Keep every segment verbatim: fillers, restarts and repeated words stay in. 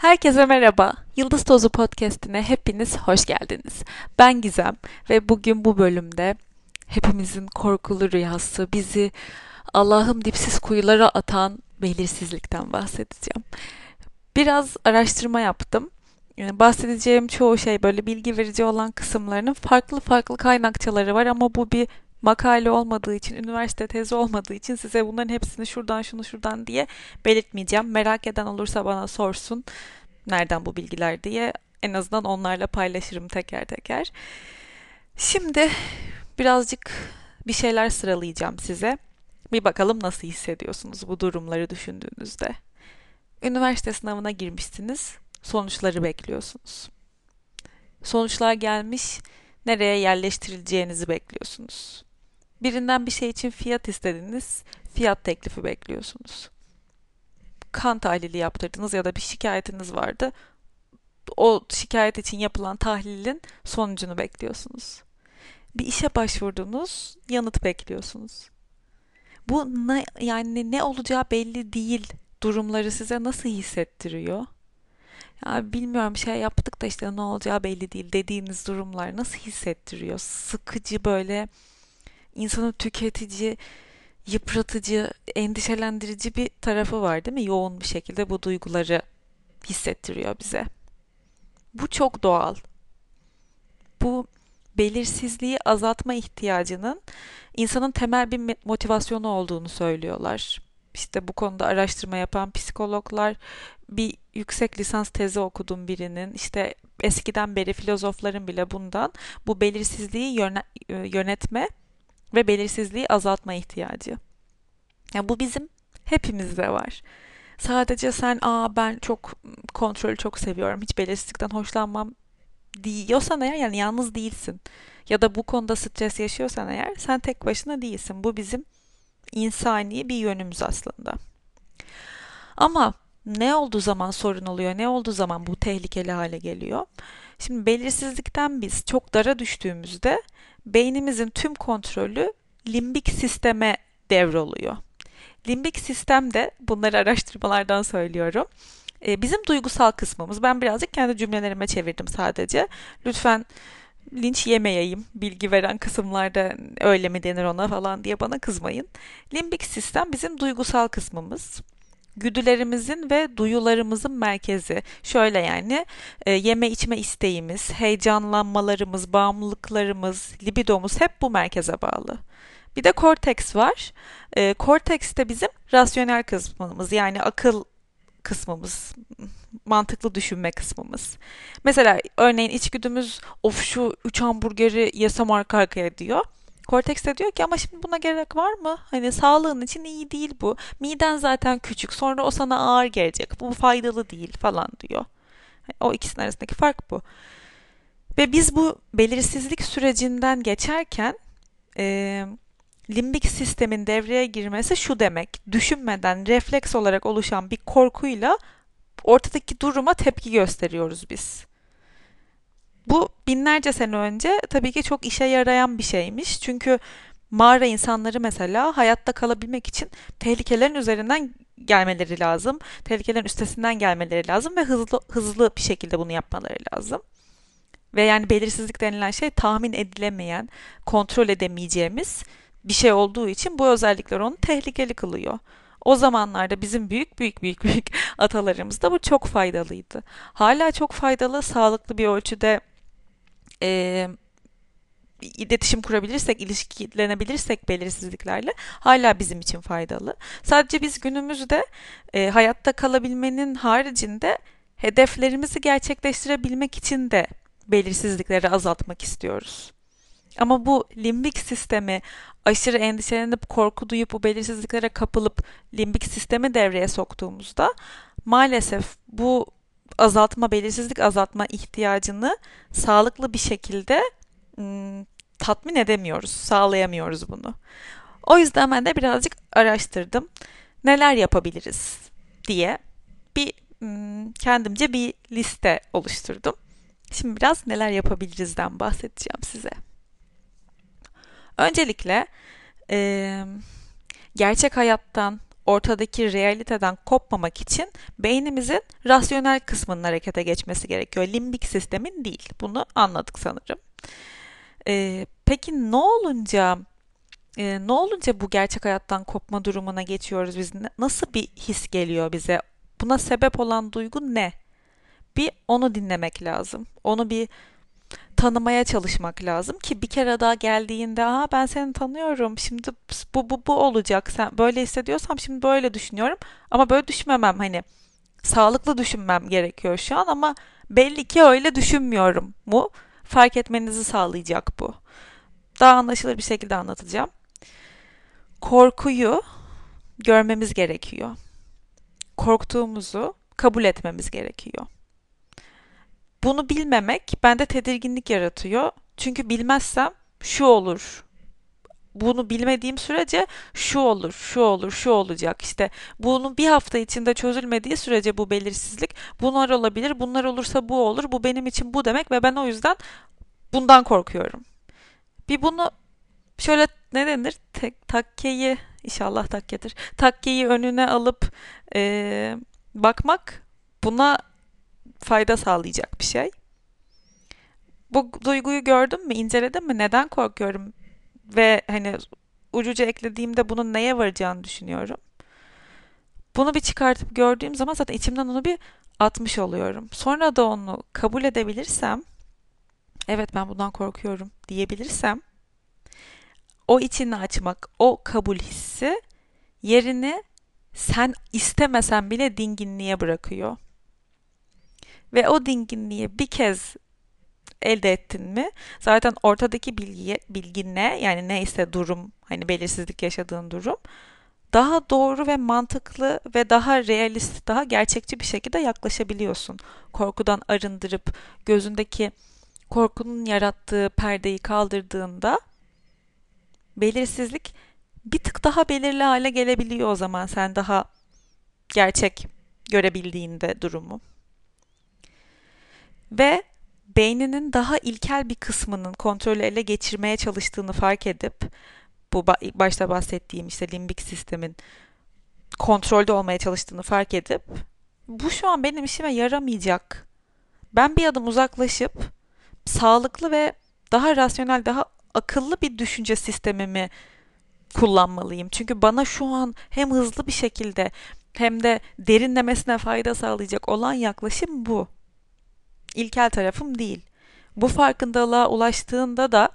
Herkese merhaba. Yıldız Tozu Podcast'ine hepiniz hoş geldiniz. Ben Gizem ve bugün bu bölümde hepimizin korkulu rüyası, bizi Allah'ım dipsiz kuyulara atan belirsizlikten bahsedeceğim. Biraz araştırma yaptım. Yani bahsedeceğim çoğu şey böyle bilgi verici olan kısımlarının farklı farklı kaynakçaları var ama bu bir makale olmadığı için, üniversite tezi olmadığı için size bunların hepsini şuradan şunu şuradan diye belirtmeyeceğim. Merak eden olursa bana sorsun nereden bu bilgiler diye en azından onlarla paylaşırım teker teker. Şimdi birazcık bir şeyler sıralayacağım size. Bir bakalım nasıl hissediyorsunuz bu durumları düşündüğünüzde. Üniversite sınavına girmişsiniz, sonuçları bekliyorsunuz. Sonuçlar gelmiş, nereye yerleştirileceğinizi bekliyorsunuz. Birinden bir şey için fiyat istediniz, fiyat teklifi bekliyorsunuz. Kan tahlili yaptırdınız ya da bir şikayetiniz vardı, o şikayet için yapılan tahlilin sonucunu bekliyorsunuz. Bir işe başvurdunuz, yanıt bekliyorsunuz. Bu ne, yani ne olacağı belli değil durumları size nasıl hissettiriyor? Ya bilmiyorum, şey yaptık da işte ne olacağı belli değil dediğiniz durumlar nasıl hissettiriyor? Sıkıcı, böyle insanı tüketici, yıpratıcı, endişelendirici bir tarafı var değil mi? Yoğun bir şekilde bu duyguları hissettiriyor bize. Bu çok doğal. Bu belirsizliği azaltma ihtiyacının insanın temel bir motivasyonu olduğunu söylüyorlar. İşte bu konuda araştırma yapan psikologlar, bir yüksek lisans tezi okudum birinin, işte eskiden beri filozofların bile bundan, bu belirsizliği yönetme ve belirsizliği azaltma ihtiyacı. Yani bu bizim hepimizde var. Sadece sen, aa ben çok kontrolü çok seviyorum, hiç belirsizlikten hoşlanmam diyorsan eğer, yani yalnız değilsin. Ya da bu konuda stres yaşıyorsan eğer, sen tek başına değilsin. Bu bizim insani bir yönümüz aslında. Ama ne olduğu zaman sorun oluyor, ne olduğu zaman bu tehlikeli hale geliyor? Şimdi belirsizlikten biz çok dara düştüğümüzde beynimizin tüm kontrolü limbik sisteme devroluyor. Limbik sistem de, bunları araştırmalardan söylüyorum, e, bizim duygusal kısmımız. Ben birazcık kendi cümlelerime çevirdim sadece. Lütfen linç yemeyeyim. Bilgi veren kısımlarda öyle mi denir ona falan diye bana kızmayın. Limbik sistem bizim duygusal kısmımız. Güdülerimizin ve duyularımızın merkezi. Şöyle yani, e, yeme içme isteğimiz, heyecanlanmalarımız, bağımlılıklarımız, libidomuz hep bu merkeze bağlı. Bir de korteks var. E, korteks de bizim rasyonel kısmımız, yani akıl kısmımız, mantıklı düşünme kısmımız. Mesela örneğin içgüdümüz, of şu üç hamburgeri yesem arka arkaya diyor. Korteks de diyor ki ama şimdi buna gerek var mı? Hani sağlığın için iyi değil bu. Miden zaten küçük, sonra o sana ağır gelecek. Bu faydalı değil falan diyor. O ikisinin arasındaki fark bu. Ve biz bu belirsizlik sürecinden geçerken e, limbik sistemin devreye girmesi şu demek: düşünmeden refleks olarak oluşan bir korkuyla ortadaki duruma tepki gösteriyoruz biz. Bu binlerce sene önce tabii ki çok işe yarayan bir şeymiş. Çünkü mağara insanları mesela hayatta kalabilmek için tehlikelerin üzerinden gelmeleri lazım. Tehlikelerin üstesinden gelmeleri lazım ve hızlı hızlı bir şekilde bunu yapmaları lazım. Ve yani belirsizlik denilen şey tahmin edilemeyen, kontrol edemeyeceğimiz bir şey olduğu için bu özellikler onu tehlikeli kılıyor. O zamanlarda bizim büyük büyük büyük büyük atalarımızda bu çok faydalıydı. Hala çok faydalı, sağlıklı bir ölçüde e, iletişim kurabilirsek, ilişkilenebilirsek belirsizliklerle hala bizim için faydalı. Sadece biz günümüzde e, hayatta kalabilmenin haricinde hedeflerimizi gerçekleştirebilmek için de belirsizlikleri azaltmak istiyoruz. Ama bu limbik sistemi aşırı endişelenip korku duyup bu belirsizliklere kapılıp limbik sistemi devreye soktuğumuzda maalesef bu azaltma, belirsizlik azaltma ihtiyacını sağlıklı bir şekilde ım, tatmin edemiyoruz, sağlayamıyoruz bunu. O yüzden ben de birazcık araştırdım. Neler yapabiliriz diye bir ım, kendimce bir liste oluşturdum. Şimdi biraz neler yapabilirizden bahsedeceğim size. Öncelikle e, gerçek hayattan ortadaki realiteden kopmamak için beynimizin rasyonel kısmının harekete geçmesi gerekiyor. Limbik sistemin değil. Bunu anladık sanırım. Ee, peki ne olunca e, ne olunca bu gerçek hayattan kopma durumuna geçiyoruz biz? Nasıl bir his geliyor bize? Buna sebep olan duygu ne? Bir onu dinlemek lazım. Onu bir tanımaya çalışmak lazım ki bir kere daha geldiğinde, aa ben seni tanıyorum. Şimdi bu bu bu olacak. Sen böyle hissediyorsam şimdi böyle düşünüyorum. Ama böyle düşünmemem, hani sağlıklı düşünmem gerekiyor şu an ama belli ki öyle düşünmüyorum mu? Fark etmenizi sağlayacak bu. Daha anlaşılır bir şekilde anlatacağım. Korkuyu görmemiz gerekiyor. Korktuğumuzu kabul etmemiz gerekiyor. Bunu bilmemek bende tedirginlik yaratıyor. Çünkü bilmezsem şu olur. Bunu bilmediğim sürece şu olur, şu olur, şu olacak. İşte bunun bir hafta içinde çözülmediği sürece bu belirsizlik, bunlar olabilir, bunlar olursa bu olur, bu benim için bu demek ve ben o yüzden bundan korkuyorum. Bir bunu şöyle, ne denir? Tek, takkeyi, inşallah takkedir. Takkeyi önüne alıp eee, bakmak buna fayda sağlayacak bir şey. Bu duyguyu gördüm mü, inceledim mi, neden korkuyorum ve hani ucuca eklediğimde bunun neye varacağını düşünüyorum. Bunu bir çıkartıp gördüğüm zaman zaten içimden onu bir atmış oluyorum. Sonra da onu kabul edebilirsem, evet ben bundan korkuyorum diyebilirsem, o içini açmak, o kabul hissi yerini sen istemesen bile dinginliğe bırakıyor. Ve o dinginliği bir kez elde ettin mi zaten ortadaki bilgiye, bilgi ne, yani neyse durum, hani belirsizlik yaşadığın durum, daha doğru ve mantıklı ve daha realist, daha gerçekçi bir şekilde yaklaşabiliyorsun. Korkudan arındırıp gözündeki korkunun yarattığı perdeyi kaldırdığında belirsizlik bir tık daha belirli hale gelebiliyor, o zaman sen daha gerçek görebildiğinde durumu. Ve beyninin daha ilkel bir kısmının kontrolü ele geçirmeye çalıştığını fark edip, bu başta bahsettiğim işte limbik sistemin kontrolde olmaya çalıştığını fark edip, bu şu an benim işime yaramayacak. Ben bir adım uzaklaşıp sağlıklı ve daha rasyonel, daha akıllı bir düşünce sistemimi kullanmalıyım. Çünkü bana şu an hem hızlı bir şekilde hem de derinlemesine fayda sağlayacak olan yaklaşım bu. İlkel tarafım değil. Bu farkındalığa ulaştığında da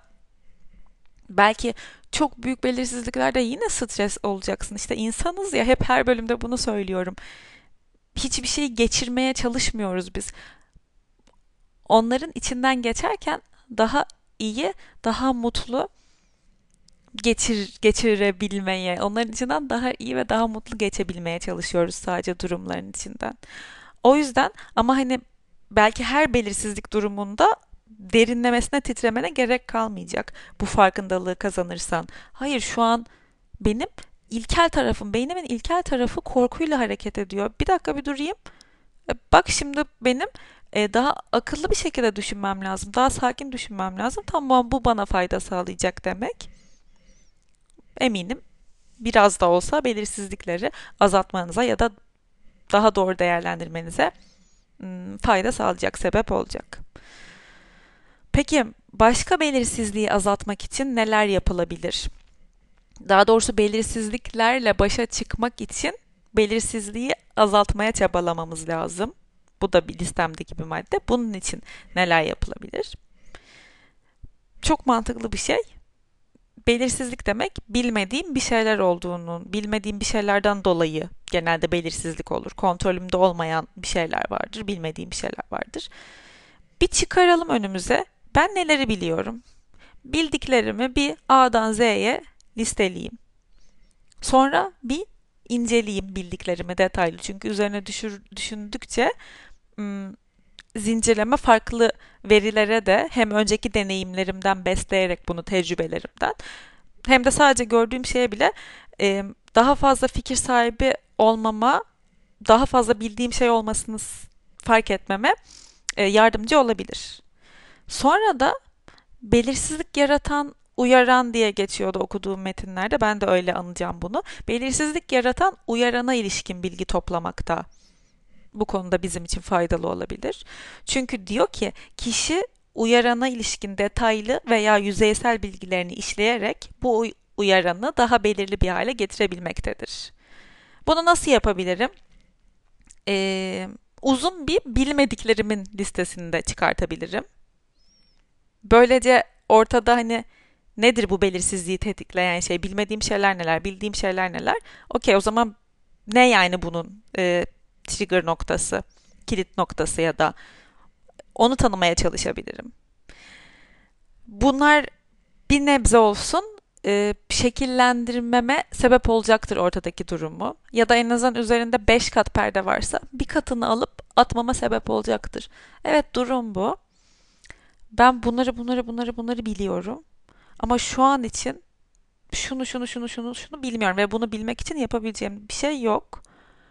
belki çok büyük belirsizliklerde yine stres olacaksın. İşte insanız ya, hep her bölümde bunu söylüyorum. Hiçbir şeyi geçirmeye çalışmıyoruz biz. Onların içinden geçerken daha iyi, daha mutlu geçir, geçirebilmeye, onların içinden daha iyi ve daha mutlu geçebilmeye çalışıyoruz sadece durumların içinden. O yüzden ama hani belki her belirsizlik durumunda derinlemesine titremene gerek kalmayacak bu farkındalığı kazanırsan. Hayır, şu an benim ilkel tarafım, beynimin ilkel tarafı korkuyla hareket ediyor. Bir dakika, bir durayım. E, Bak şimdi benim e, daha akıllı bir şekilde düşünmem lazım. Daha sakin düşünmem lazım. Tamam, bu bana fayda sağlayacak demek. Eminim biraz da olsa belirsizlikleri azaltmanıza ya da daha doğru değerlendirmenize ım, fayda sağlayacak, sebep olacak. Peki başka belirsizliği azaltmak için neler yapılabilir? Daha doğrusu belirsizliklerle başa çıkmak için belirsizliği azaltmaya çabalamamız lazım. Bu da bir listemdeki bir madde. Bunun için neler yapılabilir? Çok mantıklı bir şey. Belirsizlik demek bilmediğim bir şeyler olduğunun, bilmediğim bir şeylerden dolayı genelde belirsizlik olur. Kontrolümde olmayan bir şeyler vardır, bilmediğim bir şeyler vardır. Bir çıkaralım önümüze. Ben neleri biliyorum? Bildiklerimi bir A'dan Z'ye listeleyeyim. Sonra bir inceleyeyim bildiklerimi detaylı. Çünkü üzerine düşür, düşündükçe ım, zincirleme farklı verilere de, hem önceki deneyimlerimden besleyerek bunu, tecrübelerimden, hem de sadece gördüğüm şeye bile e, daha fazla fikir sahibi olmama, daha fazla bildiğim şey olmasını fark etmeme e, yardımcı olabilir. Sonra da belirsizlik yaratan uyaran diye geçiyordu okuduğum metinlerde. Ben de öyle anacağım bunu. Belirsizlik yaratan uyarana ilişkin bilgi toplamakta. Bu konuda bizim için faydalı olabilir. Çünkü diyor ki kişi uyarana ilişkin detaylı veya yüzeysel bilgilerini işleyerek bu uyaranı daha belirli bir hale getirebilmektedir. Bunu nasıl yapabilirim? Ee, Uzun bir bilmediklerimin listesini de çıkartabilirim. Böylece ortada hani nedir bu belirsizliği tetikleyen şey? Bilmediğim şeyler neler? Bildiğim şeyler neler? Okey, o zaman ne yani bunun e, trigger noktası, kilit noktası ya da onu tanımaya çalışabilirim. Bunlar bir nebze olsun e, şekillendirmeme sebep olacaktır ortadaki durumu. Ya da en azından üzerinde beş kat perde varsa bir katını alıp atmama sebep olacaktır. Evet, durum bu. Ben bunları bunları bunları bunları biliyorum. Ama şu an için şunu şunu şunu şunu şunu bilmiyorum ve bunu bilmek için yapabileceğim bir şey yok.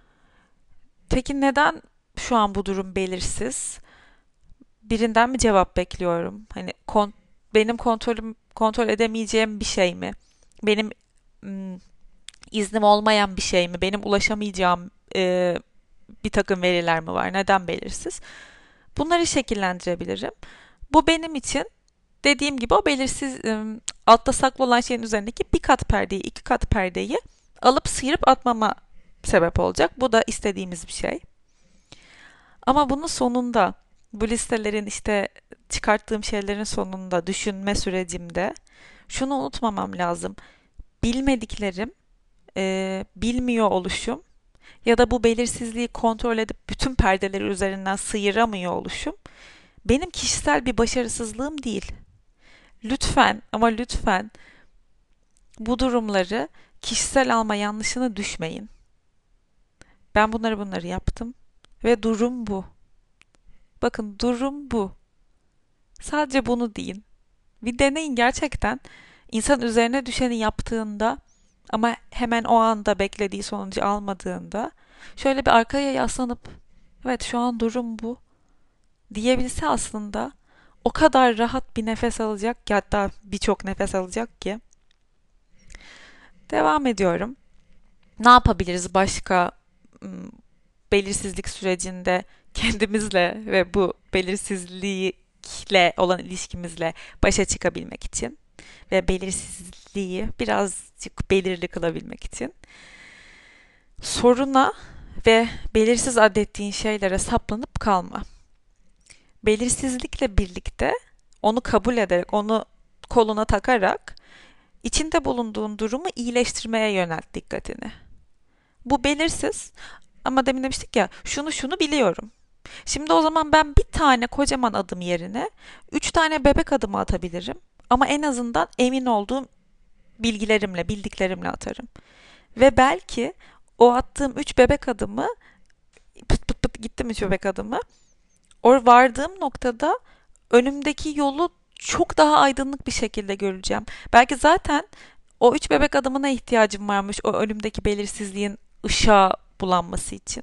Peki neden şu an bu durum belirsiz? Birinden mi cevap bekliyorum? Hani kon- benim kontrolüm kontrol edemeyeceğim bir şey mi? Benim ım, iznim olmayan bir şey mi? Benim ulaşamayacağım e, bir takım veriler mi var? Neden belirsiz? Bunları şekillendirebilirim. Bu benim için dediğim gibi o belirsiz ım, altta saklı olan şeyin üzerindeki bir kat perdeyi, iki kat perdeyi alıp sıyırıp atmama sebep olacak. Bu da istediğimiz bir şey. Ama bunun sonunda bu listelerin işte çıkarttığım şeylerin sonunda düşünme sürecimde şunu unutmamam lazım. Bilmediklerim, e, bilmiyor oluşum ya da bu belirsizliği kontrol edip bütün perdeleri üzerinden sıyıramıyor oluşum benim kişisel bir başarısızlığım değil. Lütfen ama lütfen bu durumları kişisel alma yanlışına düşmeyin. Ben bunları bunları yaptım ve durum bu. Bakın, durum bu. Sadece bunu deyin. Bir deneyin gerçekten. İnsan üzerine düşeni yaptığında ama hemen o anda beklediği sonucu almadığında şöyle bir arkaya yaslanıp evet şu an durum bu diyebilse aslında o kadar rahat bir nefes alacak ki, hatta birçok nefes alacak ki. Devam ediyorum. Ne yapabiliriz başka ım, belirsizlik sürecinde kendimizle ve bu belirsizlikle olan ilişkimizle başa çıkabilmek için ve belirsizliği birazcık belirli kılabilmek için soruna ve belirsiz adettiğin şeylere saplanıp kalma. Belirsizlikle birlikte onu kabul ederek, onu koluna takarak içinde bulunduğun durumu iyileştirmeye yönelt dikkatini. Bu belirsiz ama demin demiştik ya, şunu şunu biliyorum. Şimdi o zaman ben bir tane kocaman adım yerine üç tane bebek adımı atabilirim. Ama en azından emin olduğum bilgilerimle, bildiklerimle atarım. Ve belki o attığım üç bebek adımı, pıt pıt pıt gittim üç bebek adımı. O vardığım noktada önümdeki yolu çok daha aydınlık bir şekilde göreceğim. Belki zaten o üç bebek adımına ihtiyacım varmış o önümdeki belirsizliğin ışığa bulanması için.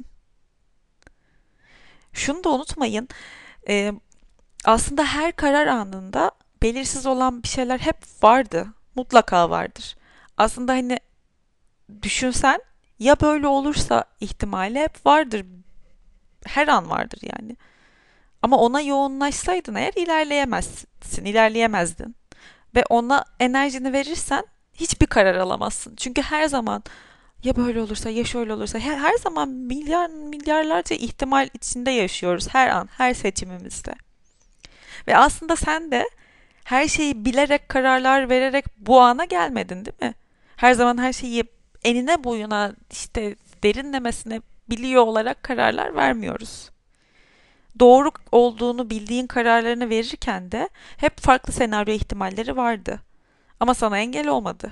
Şunu da unutmayın, e, aslında her karar anında belirsiz olan bir şeyler hep vardı. Mutlaka vardır. Aslında hani düşünsen ya böyle olursa ihtimali hep vardır. Her an vardır yani. Ama ona yoğunlaşsaydın eğer ilerleyemezsin, ilerleyemezdin. Ve ona enerjini verirsen hiçbir karar alamazsın. Çünkü her zaman ya böyle olursa ya şöyle olursa her, her zaman milyar milyarlarca ihtimal içinde yaşıyoruz her an, her seçimimizde. Ve aslında sen de her şeyi bilerek kararlar vererek bu ana gelmedin, değil mi? Her zaman her şeyi enine boyuna işte derinlemesine biliyor olarak kararlar vermiyoruz. Doğru olduğunu bildiğin kararlarını verirken de hep farklı senaryo ihtimalleri vardı. Ama sana engel olmadı.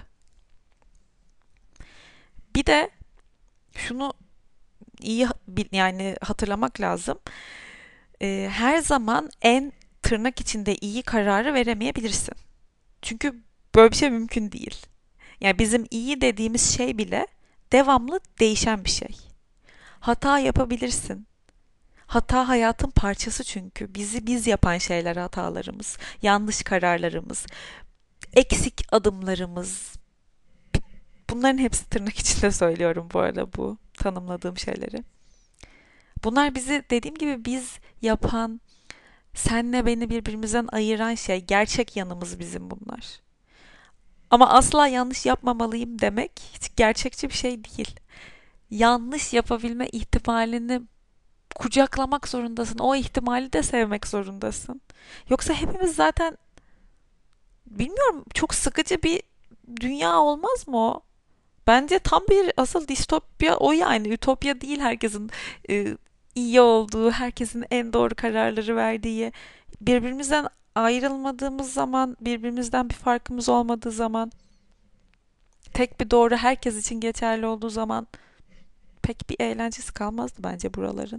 Bir de şunu iyi yani hatırlamak lazım. Ee, her zaman en tırnak içinde iyi kararı veremeyebilirsin. Çünkü böyle bir şey mümkün değil. Yani bizim iyi dediğimiz şey bile devamlı değişen bir şey. Hata yapabilirsin. Hata hayatın parçası çünkü. Bizi biz yapan şeyler hatalarımız, yanlış kararlarımız. eksik adımlarımız, bunların hepsi tırnak içinde söylüyorum bu arada bu tanımladığım şeyleri. Bunlar bizi dediğim gibi biz yapan, senle beni birbirimizden ayıran şey, gerçek yanımız bizim bunlar. Ama asla yanlış yapmamalıyım demek hiç gerçekçi bir şey değil. Yanlış yapabilme ihtimalini kucaklamak zorundasın. O ihtimali de sevmek zorundasın. Yoksa hepimiz zaten bilmiyorum çok sıkıcı bir dünya olmaz mı o? Bence tam bir asıl distopya o yani. Ütopya değil herkesin e, iyi olduğu, herkesin en doğru kararları verdiği, birbirimizden ayrılmadığımız zaman, birbirimizden bir farkımız olmadığı zaman, tek bir doğru herkes için geçerli olduğu zaman pek bir eğlencesi kalmazdı bence buraların.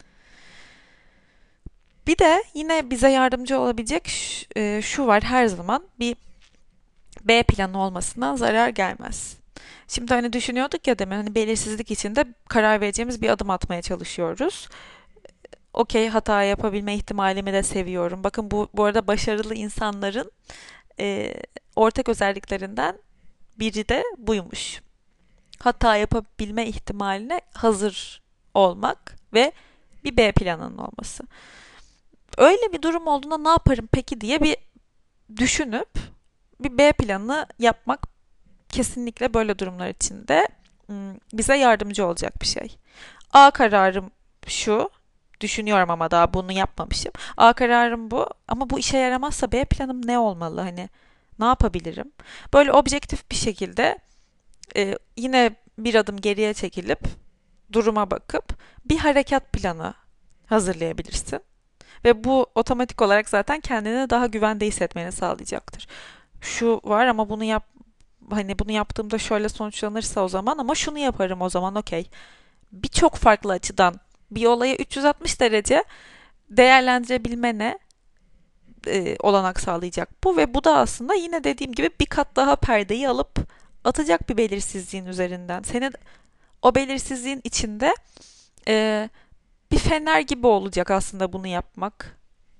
Bir de yine bize yardımcı olabilecek ş- e, şu var her zaman bir B planı olmasından zarar gelmez. Şimdi hani düşünüyorduk ya demin hani belirsizlik içinde karar vereceğimiz bir adım atmaya çalışıyoruz. Okey hata yapabilme ihtimalimi de seviyorum. Bakın bu bu arada başarılı insanların e, ortak özelliklerinden biri de buymuş. Hata yapabilme ihtimaline hazır olmak ve bir B planının olması. Öyle bir durum olduğunda ne yaparım peki diye bir düşünüp bir B planı yapmak kesinlikle böyle durumlar içinde bize yardımcı olacak bir şey. A kararım şu. Düşünüyorum ama daha bunu yapmamışım. A kararım bu. Ama bu işe yaramazsa B planım ne olmalı? Hani ne yapabilirim? Böyle objektif bir şekilde e, yine bir adım geriye çekilip duruma bakıp bir harekat planı hazırlayabilirsin. Ve bu otomatik olarak zaten kendini daha güvende hissetmeni sağlayacaktır. Şu var ama bunu yap hani bunu yaptığımda şöyle sonuçlanırsa o zaman ama şunu yaparım o zaman okey. Birçok farklı açıdan bir olayı üç yüz altmış derece değerlendirebilmene e, olanak sağlayacak bu ve bu da aslında yine dediğim gibi bir kat daha perdeyi alıp atacak bir belirsizliğin üzerinden. Seni o belirsizliğin içinde e, bir fener gibi olacak aslında bunu yapmak.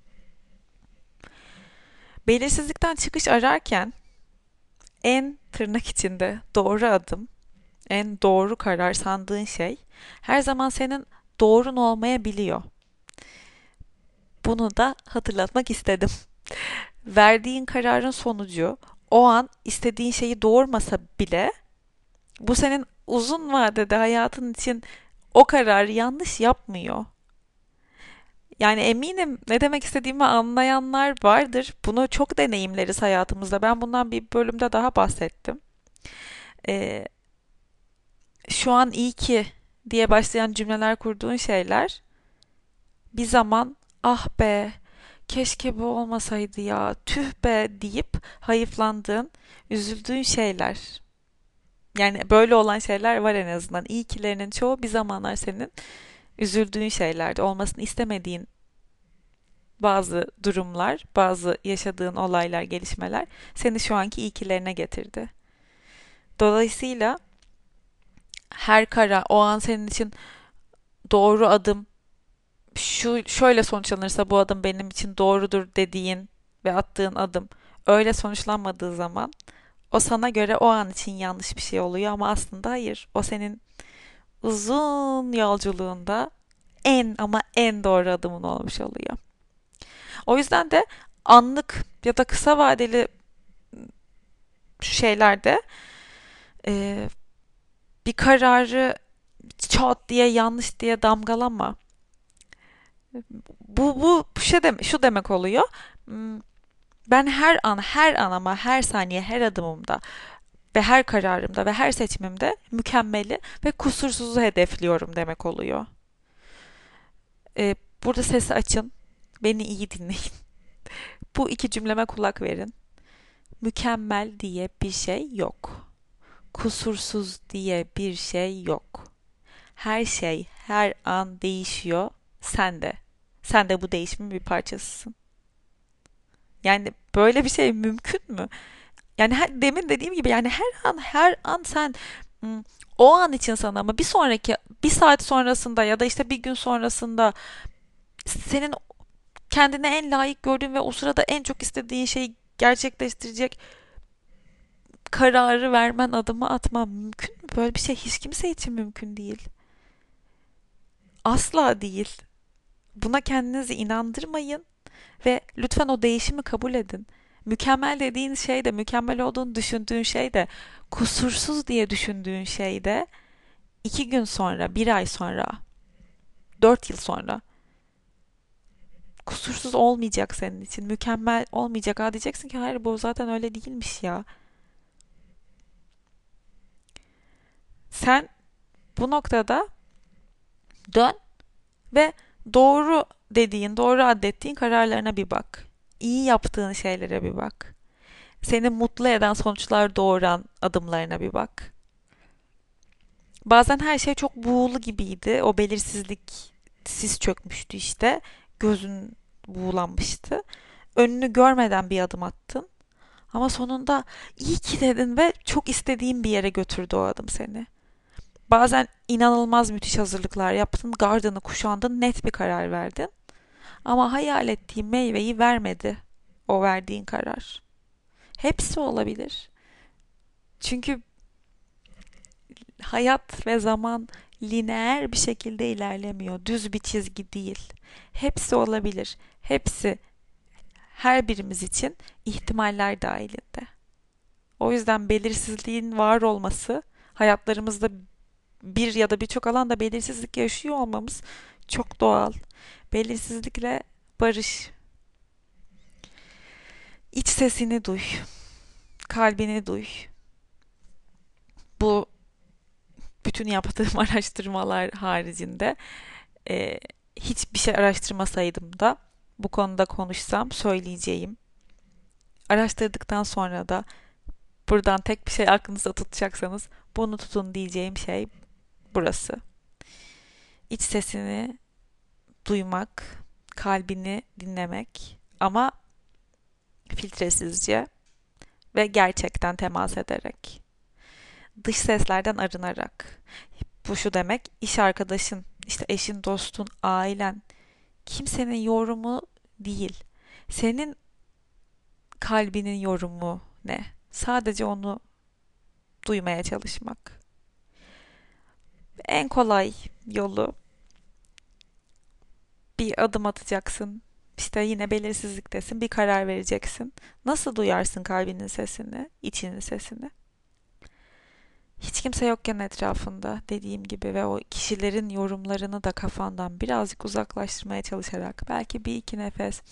Belirsizlikten çıkış ararken en tırnak içinde doğru adım, en doğru karar sandığın şey her zaman senin doğrun olmayabiliyor. Bunu da hatırlatmak istedim. Verdiğin kararın sonucu o an istediğin şeyi doğurmasa bile bu senin uzun vadede hayatın için o kararı yanlış yapmıyor. Yani eminim ne demek istediğimi anlayanlar vardır. Bunu çok deneyimleriz hayatımızda. Ben bundan bir bölümde daha bahsettim. Ee, Şu an iyi ki diye başlayan cümleler kurduğun şeyler bir zaman ah be keşke bu olmasaydı ya tüh be deyip hayıflandığın, üzüldüğün şeyler. Yani böyle olan şeyler var en azından. İyi kilerinin çoğu bir zamanlar senin üzüldüğün şeylerdi. Olmasını istemediğin bazı durumlar, bazı yaşadığın olaylar, gelişmeler seni şu anki iyikilerine getirdi. Dolayısıyla her karar o an senin için doğru adım, şu şöyle sonuçlanırsa bu adım benim için doğrudur dediğin ve attığın adım öyle sonuçlanmadığı zaman o sana göre o an için yanlış bir şey oluyor ama aslında hayır. O senin uzun yolculuğunda en ama en doğru adımın olmuş oluyor. O yüzden de anlık ya da kısa vadeli şeylerde e, bir kararı çat diye yanlış diye damgalama. Bu bu şey demek, şu demek oluyor. Hmm, Ben her an, her an ama her saniye, her adımımda ve her kararımda ve her seçimimde mükemmeli ve kusursuzu hedefliyorum demek oluyor. Ee, Burada sesi açın, beni iyi dinleyin. Bu iki cümleme kulak verin. Mükemmel diye bir şey yok. Kusursuz diye bir şey yok. Her şey her an değişiyor. Sen de. Sen de bu değişimin bir parçasısın. Yani böyle bir şey mümkün mü? Yani her, demin dediğim gibi yani her an her an sen ım, o an için sana ama bir sonraki bir saat sonrasında ya da işte bir gün sonrasında senin kendine en layık gördüğün ve o sırada en çok istediğin şeyi gerçekleştirecek kararı vermen, adımı atman mümkün mü? Böyle bir şey hiç kimse için mümkün değil. Asla değil. Buna kendinizi inandırmayın ve lütfen o değişimi kabul edin. Mükemmel dediğin şey de, mükemmel olduğunu düşündüğün şey de, kusursuz diye düşündüğün şey de iki gün sonra, bir ay sonra, dört yıl sonra kusursuz olmayacak senin için. Mükemmel olmayacak. Ha diyeceksin ki hayır bu zaten öyle değilmiş ya. Sen bu noktada dön ve doğru dediğin, doğru adettiğin kararlarına bir bak. İyi yaptığın şeylere bir bak. Seni mutlu eden sonuçlar doğuran adımlarına bir bak. Bazen her şey çok buğulu gibiydi. O belirsizlik sis çökmüştü işte. Gözün buğulanmıştı. Önünü görmeden bir adım attın. Ama sonunda iyi ki dedin ve çok istediğin bir yere götürdü o adım seni. Bazen inanılmaz müthiş hazırlıklar yaptın, gardını kuşandın, net bir karar verdin. Ama hayal ettiğin meyveyi vermedi o verdiğin karar. Hepsi olabilir. Çünkü hayat ve zaman lineer bir şekilde ilerlemiyor. Düz bir çizgi değil. Hepsi olabilir. Hepsi her birimiz için ihtimaller dahilinde. O yüzden belirsizliğin var olması, hayatlarımızda bir ya da birçok alanda belirsizlik yaşıyor olmamız çok doğal. Belirsizlikle barış. İç sesini duy, kalbini duy. Bu bütün yaptığım araştırmalar haricinde e, hiçbir şey araştırmasaydım da bu konuda konuşsam söyleyeceğim. Araştırdıktan sonra da buradan tek bir şey aklınızda tutacaksanız bunu tutun diyeceğim şey burası. İç sesini duymak, kalbini dinlemek ama filtresizce ve gerçekten temas ederek. Dış seslerden arınarak. Bu şu demek, iş arkadaşın, işte eşin, dostun, ailen, kimsenin yorumu değil. Senin kalbinin yorumu ne? Sadece onu duymaya çalışmak. En kolay yolu bir adım atacaksın. İşte yine belirsizliktesin, bir karar vereceksin. Nasıl duyarsın kalbinin sesini, içinin sesini? Hiç kimse yokken etrafında dediğim gibi ve o kişilerin yorumlarını da kafandan birazcık uzaklaştırmaya çalışarak belki bir iki nefes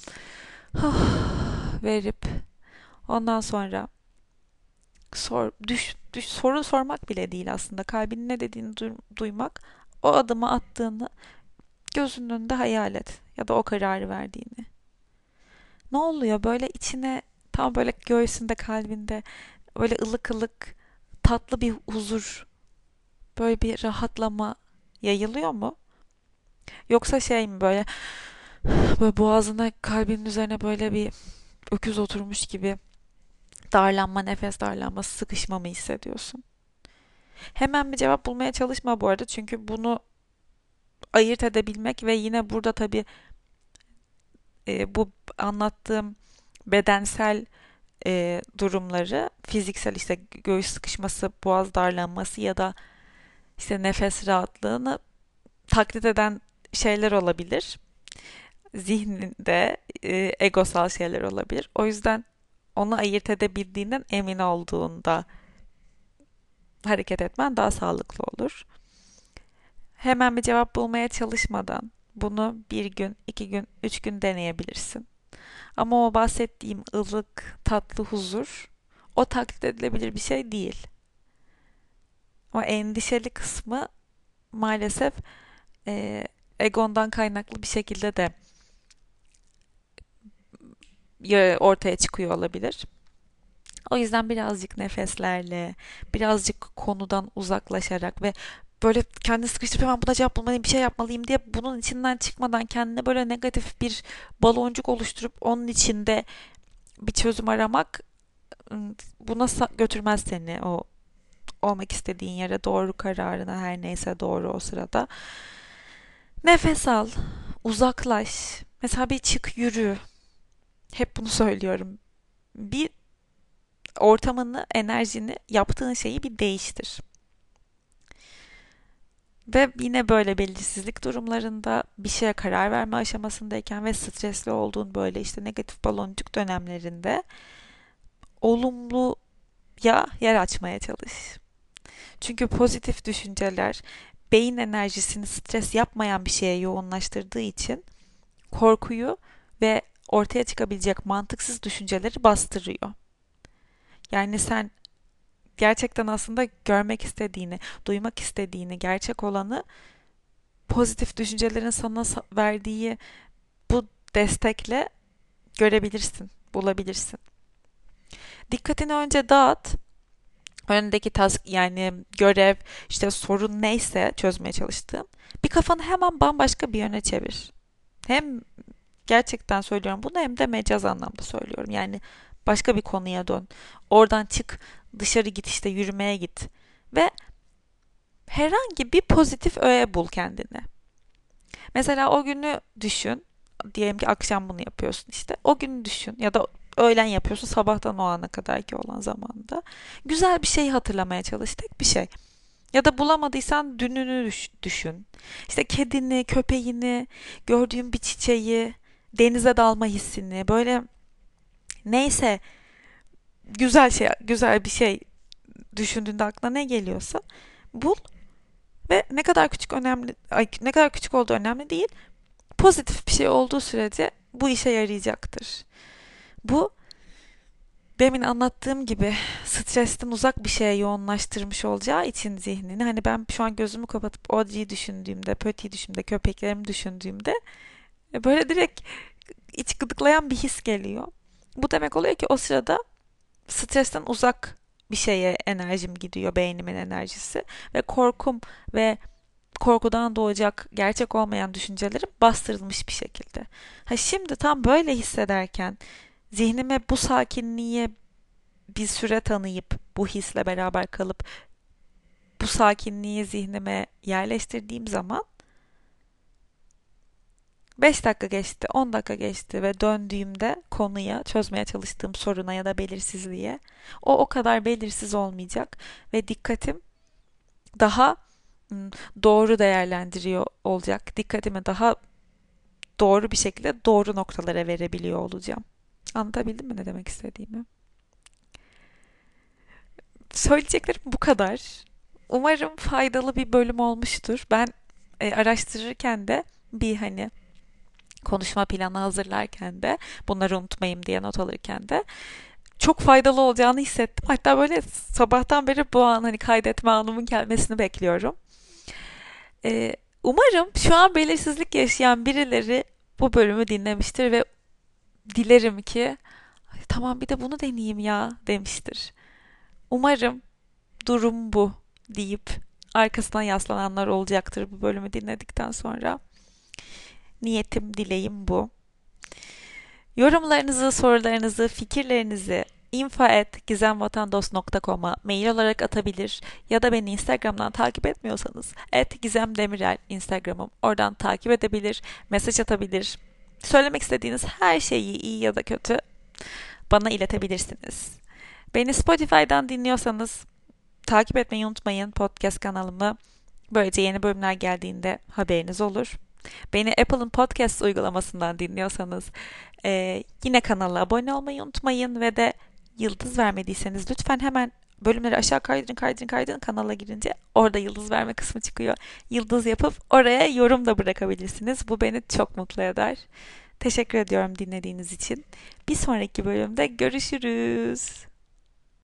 verip ondan sonra sor, düş, düş, soru sormak bile değil aslında. Kalbinin ne dediğini du- duymak, o adımı attığını gözünün önünde hayal et ya da o kararı verdiğini. Ne oluyor böyle içine tam böyle göğsünde kalbinde böyle ılık ılık tatlı bir huzur, böyle bir rahatlama yayılıyor mu? Yoksa şey mi böyle böyle boğazına kalbinin üzerine böyle bir öküz oturmuş gibi darlanma, nefes darlanması, sıkışma mı hissediyorsun? Hemen bir cevap bulmaya çalışma bu arada çünkü bunu ayırt edebilmek ve yine burada tabii e, bu anlattığım bedensel e, durumları, fiziksel işte göğüs sıkışması, boğaz darlanması ya da işte nefes rahatlığını taklit eden şeyler olabilir. Zihninde e, egosal şeyler olabilir. O yüzden onu ayırt edebildiğinden emin olduğunda hareket etmen daha sağlıklı olur. Hemen bir cevap bulmaya çalışmadan bunu bir gün, iki gün, üç gün deneyebilirsin. Ama o bahsettiğim ılık, tatlı huzur o taklit edilebilir bir şey değil. Ama endişeli kısmı maalesef e, egondan kaynaklı bir şekilde de ya- ortaya çıkıyor olabilir. O yüzden birazcık nefeslerle, birazcık konudan uzaklaşarak ve böyle kendini sıkıştırıp hemen buna cevap bulmalıyım, bir şey yapmalıyım diye bunun içinden çıkmadan kendine böyle negatif bir baloncuk oluşturup onun içinde bir çözüm aramak ım, buna sa- götürmez seni o olmak istediğin yere, doğru kararına, her neyse doğru o sırada. Nefes al, uzaklaş. Mesela bir çık yürü. Hep bunu söylüyorum. Bir ortamını, enerjini, yaptığın şeyi bir değiştir. Ve yine böyle belirsizlik durumlarında, bir şeye karar verme aşamasındayken ve stresli olduğun böyle işte negatif baloncuk dönemlerinde olumluya yer açmaya çalış. Çünkü pozitif düşünceler beyin enerjisini stres yapmayan bir şeye yoğunlaştırdığı için korkuyu ve ortaya çıkabilecek mantıksız düşünceleri bastırıyor. Yani sen gerçekten aslında görmek istediğini, duymak istediğini, gerçek olanı pozitif düşüncelerin sana verdiği bu destekle görebilirsin, bulabilirsin. Dikkatini önce dağıt. Önündeki task yani görev, işte sorun neyse çözmeye çalıştığın. Bir kafanı hemen bambaşka bir yöne çevir. Hem gerçekten söylüyorum bunu hem de mecaz anlamda söylüyorum. Yani başka bir konuya dön. Oradan çık, dışarı git, işte yürümeye git. Ve herhangi bir pozitif öğe bul kendine. Mesela o günü düşün. Diyelim ki akşam bunu yapıyorsun işte. O günü düşün ya da öğlen yapıyorsun, sabahtan o ana kadarki olan zamanda. Güzel bir şey hatırlamaya çalış, tek bir şey. Ya da bulamadıysan dününü düşün. İşte kedini, köpeğini, gördüğün bir çiçeği, denize dalma hissini, böyle neyse güzel şey, güzel bir şey düşündüğünde aklına ne geliyorsa bul ve ne kadar küçük önemli, ay, ne kadar küçük olduğu önemli değil. Pozitif bir şey olduğu sürece bu işe yarayacaktır. Bu demin anlattığım gibi stresten uzak bir şeye yoğunlaştırmış olacağı için zihnini, hani ben şu an gözümü kapatıp Audrey'i düşündüğümde, Pötü'yü düşündüğümde, köpeklerimi düşündüğümde e, böyle direkt iç gıdıklayan bir his geliyor. Bu demek oluyor ki o sırada stresten uzak bir şeye enerjim gidiyor, beynimin enerjisi ve korkum ve korkudan doğacak gerçek olmayan düşüncelerim bastırılmış bir şekilde. Ha şimdi tam böyle hissederken zihnime bu sakinliği bir süre tanıyıp bu hisle beraber kalıp bu sakinliği zihnime yerleştirdiğim zaman beş dakika geçti, on dakika geçti ve döndüğümde konuya, çözmeye çalıştığım soruna ya da belirsizliğe o o kadar belirsiz olmayacak ve dikkatim daha doğru değerlendiriyor olacak. Dikkatimi daha doğru bir şekilde doğru noktalara verebiliyor olacağım. Anlatabildim mi ne demek istediğimi? Söyleyeceklerim bu kadar. Umarım faydalı bir bölüm olmuştur. Ben e, araştırırken de bir hani konuşma planı hazırlarken de bunları unutmayayım diye not alırken de çok faydalı olacağını hissettim. Hatta böyle sabahtan beri bu an hani kaydetme anımın gelmesini bekliyorum. Ee, umarım şu an belirsizlik yaşayan birileri bu bölümü dinlemiştir ve dilerim ki tamam bir de bunu deneyeyim ya demiştir. Umarım durum bu deyip arkasından yaslananlar olacaktır bu bölümü dinledikten sonra. Niyetim, dileğim bu. Yorumlarınızı, sorularınızı, fikirlerinizi info at gizemvatandos nokta com'a mail olarak atabilir ya da beni Instagram'dan takip etmiyorsanız at gizemdemirel Instagram'ım. Oradan takip edebilir, mesaj atabilir. Söylemek istediğiniz her şeyi iyi ya da kötü bana iletebilirsiniz. Beni Spotify'dan dinliyorsanız takip etmeyi unutmayın podcast kanalımı. Böylece yeni bölümler geldiğinde haberiniz olur. Beni Apple'ın podcast uygulamasından dinliyorsanız e, yine kanala abone olmayı unutmayın ve de yıldız vermediyseniz lütfen hemen bölümleri aşağı kaydırın kaydırın kaydırın, kanala girince orada yıldız verme kısmı çıkıyor. Yıldız yapıp oraya yorum da bırakabilirsiniz. Bu beni çok mutlu eder. Teşekkür ediyorum dinlediğiniz için. Bir sonraki bölümde görüşürüz.